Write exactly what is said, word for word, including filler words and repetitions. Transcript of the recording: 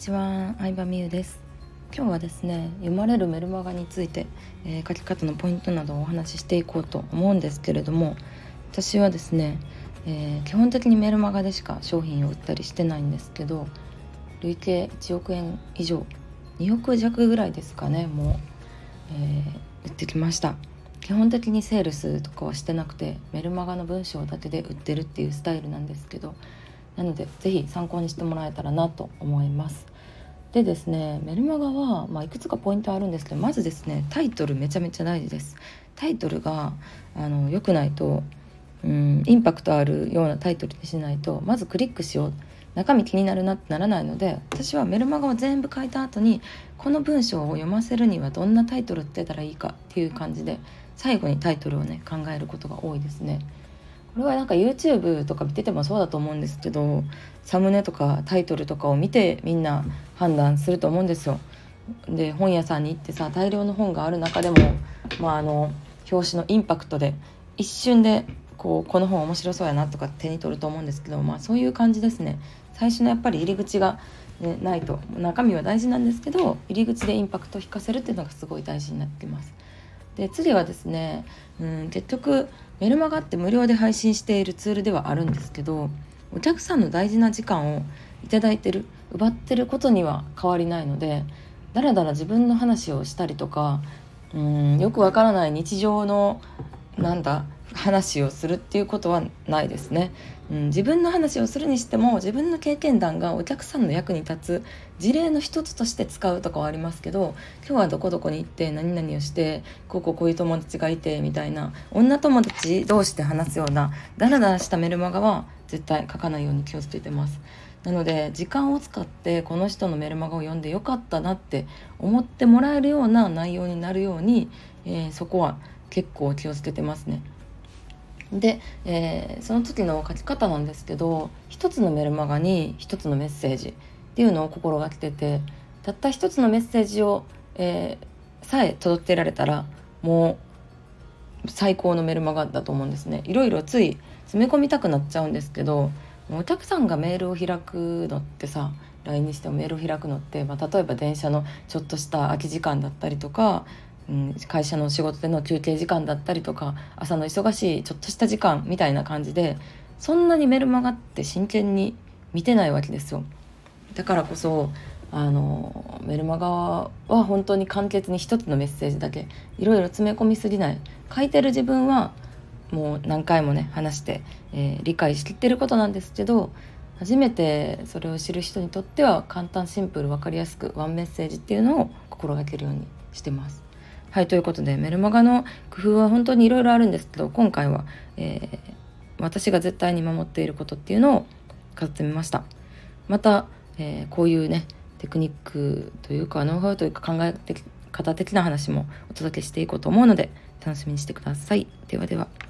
ちは、相葉美優です。今日はですね、読まれるメルマガについて、えー書き方のポイントなどをお話ししていこうと思うんですけれども、私はですね、えー基本的にメルマガでしか商品を売ったりしてないんですけど、累計いちおくえん以上、におく弱ぐらいですかね、もう、えー売ってきました。基本的にセールスとかはしてなくて、メルマガの文章だけで売ってるっていうスタイルなんですけど、なのでぜひ参考にしてもらえたらなと思います。でですね、メルマガは、まあ、いくつかポイントあるんですけど、まずですね、タイトルめちゃめちゃ大事です。タイトルがあの良くないと、うんインパクトあるようなタイトルにしないと、まずクリックしよう、中身気になるなってならないので、私はメルマガを全部書いた後に、この文章を読ませるにはどんなタイトルってたらいいかっていう感じで、最後にタイトルをね考えることが多いですね。これはなんか YouTube とか見ててもそうだと思うんですけど、サムネとかタイトルとかを見てみんな判断すると思うんですよ。で、本屋さんに行ってさ、大量の本がある中でも、まあ、あの表紙のインパクトで一瞬でこうこの本面白そうやなとか手に取ると思うんですけど、まあそういう感じですね。最初のやっぱり入り口が、ね、ないと、中身は大事なんですけど、入り口でインパクトを引かせるっていうのがすごい大事になってます。で、次はですね、うん、結局メルマガって無料で配信しているツールではあるんですけど、お客さんの大事な時間をいただいてる、奪ってることには変わりないので、だらだら自分の話をしたりとか、うん、よくわからない日常のなんだ話をするっていうことはないですね。うん、自分の話をするにしても、自分の経験談がお客さんの役に立つ事例の一つとして使うとかはありますけど、今日はどこどこに行って何々をして、こうこうこういう友達がいてみたいな、女友達同士で話すようなダラダラしたメルマガは絶対書かないように気をつけてます。なので、時間を使ってこの人のメルマガを読んでよかったなって思ってもらえるような内容になるように、えーそこは結構気をつけてますね。で、えーその時の書き方なんですけど、一つのメルマガに一つのメッセージっていうのを心がけてて、たった一つのメッセージを、えーさえ届けられたら、もう最高のメルマガだと思うんですね。いろいろつい詰め込みたくなっちゃうんですけど、お客さんがメールを開くのってさ、 ライン にしてもメールを開くのって、まあ、例えば電車のちょっとした空き時間だったりとか、うん、会社の仕事での休憩時間だったりとか、朝の忙しいちょっとした時間みたいな感じで、そんなにメルマガって真剣に見てないわけですよ。だからこそ、あのメルマガは本当に簡潔に一つのメッセージだけ、いろいろ詰め込みすぎない。書いてる自分はもう何回もね話して、えー理解しきってることなんですけど、初めてそれを知る人にとっては簡単、シンプル、分かりやすくワンメッセージっていうのを心がけるようにしてます。はい、ということで、メルマガの工夫は本当にいろいろあるんですけど、今回は、えー私が絶対に守っていることっていうのを書いてみました。また、えーこういうねテクニックというかノウハウというか考え方的な話もお届けしていこうと思うので、楽しみにしてください。ではでは。